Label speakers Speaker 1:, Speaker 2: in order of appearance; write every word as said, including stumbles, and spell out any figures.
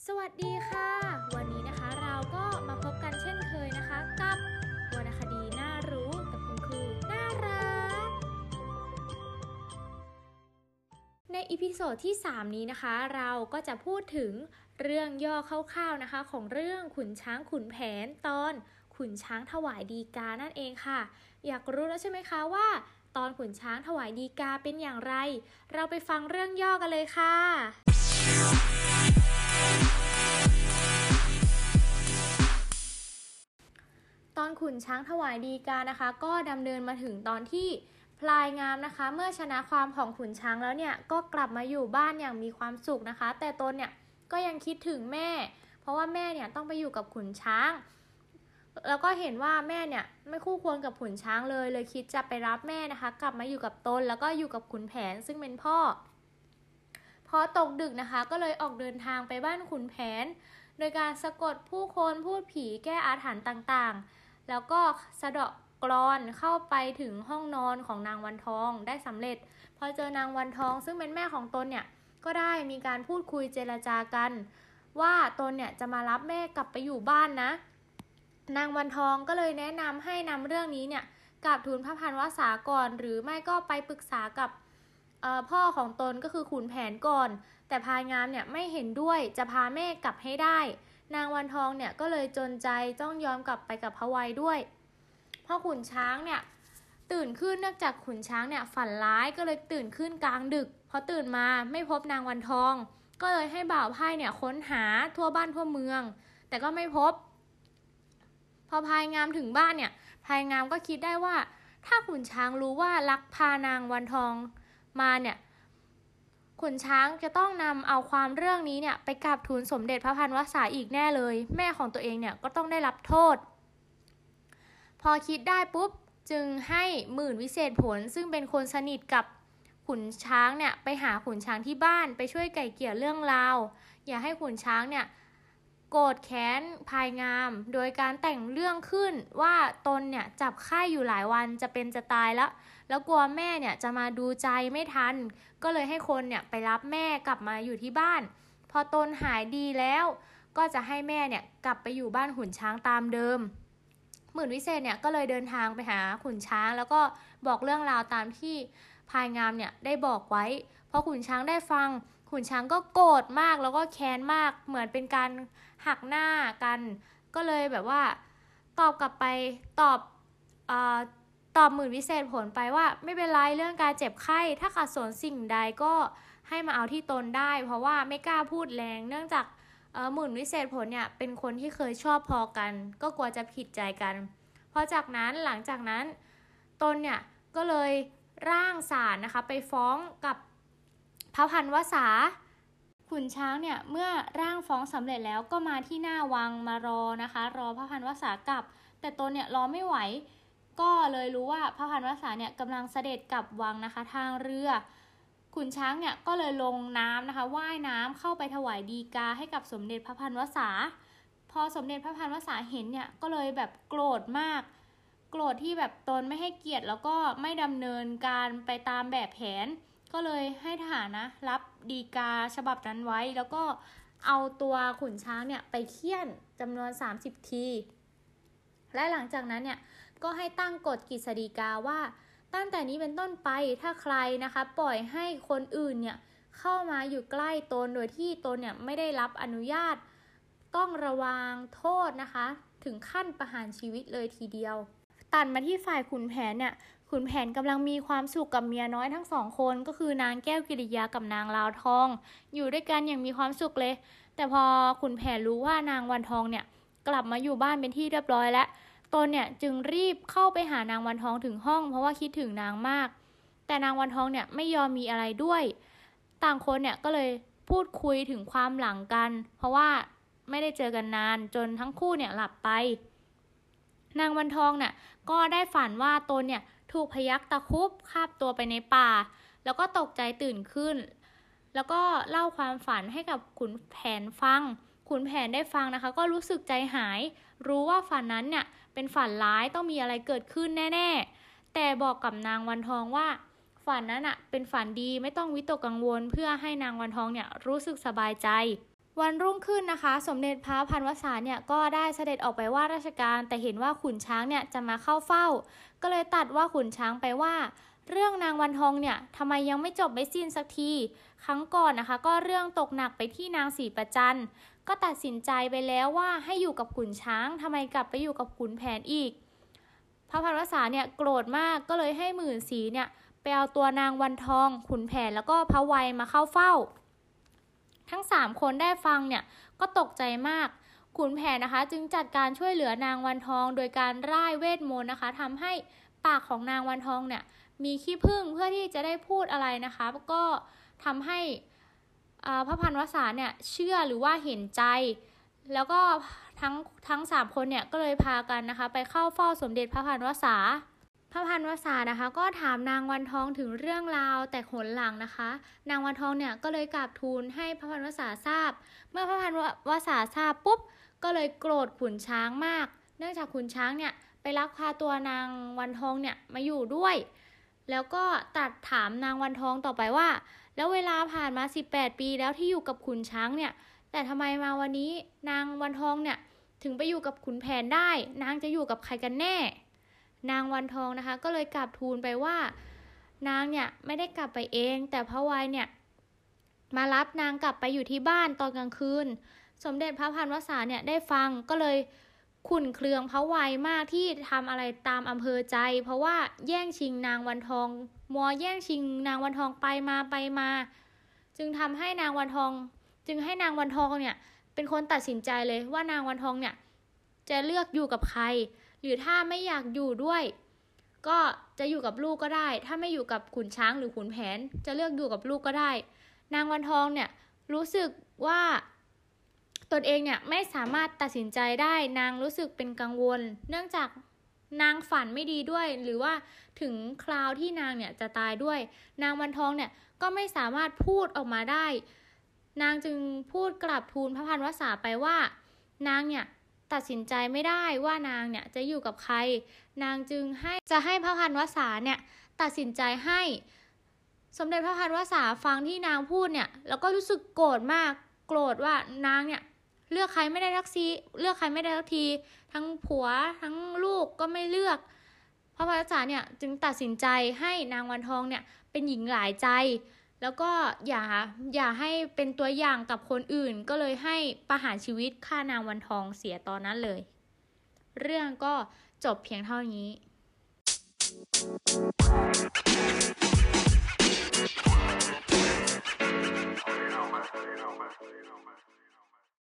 Speaker 1: สวัสดีค่ะวันนี้นะคะเราก็มาพบกันเช่นเคยนะคะกับวรรณคดีน่ารู้กับคุณครูน่ารักในอีพิโซดที่สามนี้นะคะเราก็จะพูดถึงเรื่องย่อคร่าวๆนะคะของเรื่องขุนช้างขุนแผนตอนขุนช้างถวายฎีกานั่นเองค่ะอยากรู้แล้วใช่ไหมคะว่าตอนขุนช้างถวายฎีกาเป็นอย่างไรเราไปฟังเรื่องย่อกันเลยค่ะตอนขุนช้างถวายฎีกานะคะก็ดำเนินมาถึงตอนที่พลายงามนะคะเมื่อชนะความของขุนช้างแล้วเนี่ยก็กลับมาอยู่บ้านอย่างมีความสุขนะคะแต่ตนเนี่ยก็ยังคิดถึงแม่เพราะว่าแม่เนี่ยต้องไปอยู่กับขุนช้างแล้วก็เห็นว่าแม่เนี่ยไม่คู่ควรกับขุนช้างเลยเลยคิดจะไปรับแม่นะคะกลับมาอยู่กับตนแล้วก็อยู่กับขุนแผนซึ่งเป็นพ่อพอตกดึกนะคะก็เลยออกเดินทางไปบ้านขุนแผนโดยการสะกดผู้คนพูดผีแก้อาถรรพ์ต่างๆแล้วก็สะเดาะกลอนเข้าไปถึงห้องนอนของนางวันทองได้สำเร็จพอเจอนางวันทองซึ่งเป็นแม่ของตนเนี่ยก็ได้มีการพูดคุยเจรจากันว่าตนเนี่ยจะมารับแม่กลับไปอยู่บ้านนะนางวันทองก็เลยแนะนำให้นำเรื่องนี้เนี่ยกราบทูลพระพันวษาก่อนหรือไม่ก็ไปปรึกษากับพ่อของตนก็คือขุนแผนก่อนแต่พายงามเนี่ยไม่เห็นด้วยจะพาแม่กลับให้ได้นางวันทองเนี่ยก็เลยจนใจต้องยอมกลับไปกับพระวัยด้วยพอขุนช้างเนี่ยตื่นขึ้นเนื่องจากขุนช้างเนี่ยฝันร้ายก็เลยตื่นขึ้นกลางดึกพอตื่นมาไม่พบนางวันทองก็เลยให้บ่าวไพ่เนี่ยค้นหาทั่วบ้านทั่วเมืองแต่ก็ไม่พบพอพายงามถึงบ้านเนี่ยพายงามก็คิดได้ว่าถ้าขุนช้างรู้ว่าลักพานางวันทองมาเนี่ยขุนช้างจะต้องนำเอาความเรื่องนี้เนี่ยไปกราบทูลสมเด็จพระพันวษาอีกแน่เลยแม่ของตัวเองเนี่ยก็ต้องได้รับโทษพอคิดได้ปุ๊บจึงให้หมื่นวิเศษผลซึ่งเป็นคนสนิทกับขุนช้างเนี่ยไปหาขุนช้างที่บ้านไปช่วยไก่เกลี่ยเรื่องราวอย่าให้ขุนช้างเนี่ยโกรธแค้นพายงามโดยการแต่งเรื่องขึ้นว่าตนเนี่ยจับไข้อยู่หลายวันจะเป็นจะตายแล้วแล้วกลัวแม่เนี่ยจะมาดูใจไม่ทันก็เลยให้คนเนี่ยไปรับแม่กลับมาอยู่ที่บ้านพอตนหายดีแล้วก็จะให้แม่เนี่ยกลับไปอยู่บ้านขุนช้างตามเดิมหมื่นวิเศษเนี่ยก็เลยเดินทางไปหาขุนช้างแล้วก็บอกเรื่องราวตามที่พายงามเนี่ยได้บอกไว้พอขุนช้างได้ฟังขุนช้างก็โกรธมากแล้วก็แค้นมากเหมือนเป็นการหักหน้ากันก็เลยแบบว่าตอบกลับไปตอบเอ่อตอบหมื่นวิเศษผลไปว่าไม่เป็นไรเรื่องการเจ็บไข้ถ้าขัดสนสิ่งใดก็ให้มาเอาที่ตนได้เพราะว่าไม่กล้าพูดแรงเนื่องจากเอ่อหมื่นวิเศษผลเนี่ยเป็นคนที่เคยชอบพอกันก็กลัวจะผิดใจกันเพราะจากนั้นหลังจากนั้นตนเนี่ยก็เลยร่างศาลนะคะไปฟ้องกับพระพันวษาขุนช้างเนี่ยเมื่อร่างฟ้องสำเร็จแล้วก็มาที่หน้าวังมารอนะคะรอพระพันวษากลับแต่ตนเนี่ยรอไม่ไหวก็เลยรู้ว่าพระพันวษาเนี่ยกำลังเสด็จกลับวังนะคะทางเรือขุนช้างเนี่ยก็เลยลงน้ำนะคะว่ายน้ำเข้าไปถวายฎีกาให้กับสมเด็จพระพันวษาพอสมเด็จพระพันวษาเห็นเนี่ยก็เลยแบบโกรธมากโกรธที่แบบตนไม่ให้เกียรติแล้วก็ไม่ดำเนินการไปตามแบบแผนก็เลยให้ทหารนะรับฎีกาฉบับนั้นไว้แล้วก็เอาตัวขุนช้างเนี่ยไปเฆี่ยนจำนวนสามสิบทีและหลังจากนั้นเนี่ยก็ให้ตั้งกฎกฤษฎีกาว่าตั้งแต่นี้เป็นต้นไปถ้าใครนะคะปล่อยให้คนอื่นเนี่ยเข้ามาอยู่ใกล้ตนโดยที่ตนเนี่ยไม่ได้รับอนุญาตต้องระวังโทษนะคะถึงขั้นประหารชีวิตเลยทีเดียวตัดมาที่ฝ่ายขุนแผนเนี่ยขุนแผนกำลังมีความสุขกับเมียน้อยทั้งสองคนก็คือนางแก้วกิริยากับนางลาวทองอยู่ด้วยกันอย่างมีความสุขเลยแต่พอขุนแผนรู้ว่านางวันทองเนี่ยกลับมาอยู่บ้านเป็นที่เรียบร้อยแล้วตนเนี่ยจึงรีบเข้าไปหานางวันทองถึงห้องเพราะว่าคิดถึงนางมากแต่นางวันทองเนี่ยไม่ยอมมีอะไรด้วยต่างคนเนี่ยก็เลยพูดคุยถึงความหลังกันเพราะว่าไม่ได้เจอกันนานจนทั้งคู่เนี่ยหลับไปนางวันทองเนี่ยก็ได้ฝันว่าตนเนี่ยถูกพยัคฆ์ตะคุบคาบตัวไปในป่าแล้วก็ตกใจตื่นขึ้นแล้วก็เล่าความฝันให้กับขุนแผนฟังขุนแผนได้ฟังนะคะก็รู้สึกใจหายรู้ว่าฝันนั้นเนี่ยเป็นฝันร้ายต้องมีอะไรเกิดขึ้นแน่ๆแต่บอกกับนางวันทองว่าฝันนั้นอ่ะเป็นฝันดีไม่ต้องวิตกกังวลเพื่อให้นางวันทองเนี่ยรู้สึกสบายใจวันรุ่งขึ้นนะคะสมเด็จพระพันวษาเนี่ยก็ได้เสด็จออกไปว่าราชการแต่เห็นว่าขุนช้างเนี่ยจะมาเข้าเฝ้าก็เลยตัดว่าขุนช้างไปว่าเรื่องนางวันทองเนี่ยทำไมยังไม่จบไม่สิ้นสักทีครั้งก่อนนะคะก็เรื่องตกหนักไปที่นางศรีประจันก็ตัดสินใจไปแล้วว่าให้อยู่กับขุนช้างทำไมกลับไปอยู่กับขุนแผนอีกพระพันวษาเนี่ยโกรธมากก็เลยให้หมื่นศรีเนี่ยไปเอาตัวนางวันทองขุนแผนแล้วก็พระไวยมาเข้าเฝ้าทั้งสามคนได้ฟังเนี่ยก็ตกใจมากขุนแผนนะคะจึงจัดการช่วยเหลือนางวันทองโดยการร่ายเวทมนต์นะคะทำให้ปากของนางวันทองเนี่ยมีขี้ผึ้งเพื่อที่จะได้พูดอะไรนะคะก็ทำให้พระพันวษาเนี่ยเชื่อหรือว่าเห็นใจแล้วก็ทั้งทั้งสามคนเนี่ยก็เลยพากันนะคะไปเข้าเฝ้าสมเด็จพระพันวษาพระพันวษานะคะก็ถามนางวันทองถึงเรื่องราวแต่หนหลังนะคะนางวันทองเนี่ยก็เลยกราบทูลให้พระพันวษาทราบเมื่อพระพันวษาทราบปุ๊บก็เลยโกรธขุนช้างมากเนื่องจากขุนช้างเนี่ยไปลักพาตัวนางวันทองเนี่ยมาอยู่ด้วยแล้วก็ตรัสถามนางวันทองต่อไปว่าแล้วเวลาผ่านมาสิบแปดปีแล้วที่อยู่กับขุนช้างเนี่ยแต่ทำไมมาวันนี้นางวันทองเนี่ยถึงไปอยู่กับขุนแผนได้นางจะอยู่กับใครกันแน่นางวันทองนะคะก็เลยกราบทูลไปว่านางเนี่ยไม่ได้กลับไปเองแต่พระไวยเนี่ยมารับนางกลับไปอยู่ที่บ้านตอนกลางคืนสมเด็จพระพันวษาเนี่ยได้ฟังก็เลยขุ่นเคืองพระไวยมากที่ทำอะไรตามอำเภอใจเพราะว่าแย่งชิงนางวันทองมัวแย่งชิงนางวันทองไปมาไปมาจึงทำให้นางวันทองจึงให้นางวันทองเนี่ยเป็นคนตัดสินใจเลยว่านางวันทองเนี่ยจะเลือกอยู่กับใครหรือถ้าไม่อยากอยู่ด้วยก็จะอยู่กับลูกก็ได้ถ้าไม่อยู่กับขุนช้างหรือขุนแผนจะเลือกอยู่กับลูกก็ได้นางวันทองเนี่ยรู้สึกว่าตนเองเนี่ยไม่สามารถตัดสินใจได้นางรู้สึกเป็นกังวลเนื่องจากนางฝันไม่ดีด้วยหรือว่าถึงคราวที่นางเนี่ยจะตายด้วยนางวันทองเนี่ยก็ไม่สามารถพูดออกมาได้นางจึงพูดกราบทูลพระพันวษาไปว่านางเนี่ยตัดสินใจไม่ได้ว่านางเนี่ยจะอยู่กับใครนางจึงให้จะให้พระพันวษาเนี่ยตัดสินใจให้สมเด็จพระพันวษาฟังที่นางพูดเนี่ยแล้วก็รู้สึกโกรธมากโกรธว่านางเนี่ยเลือกใครไม่ได้ทักทีเลือกใครไม่ได้ทักทีทั้งผัวทั้งลูกก็ไม่เลือกพระพันวษาเนี่ยจึงตัดสินใจให้นางวันทองเนี่ยเป็นหญิงหลายใจแล้วก็อย่าอย่าให้เป็นตัวอย่างกับคนอื่นก็เลยให้ประหารชีวิตฆ่านางวันทองเสียตอนนั้นเลยเรื่องก็จบเพียงเท่านี้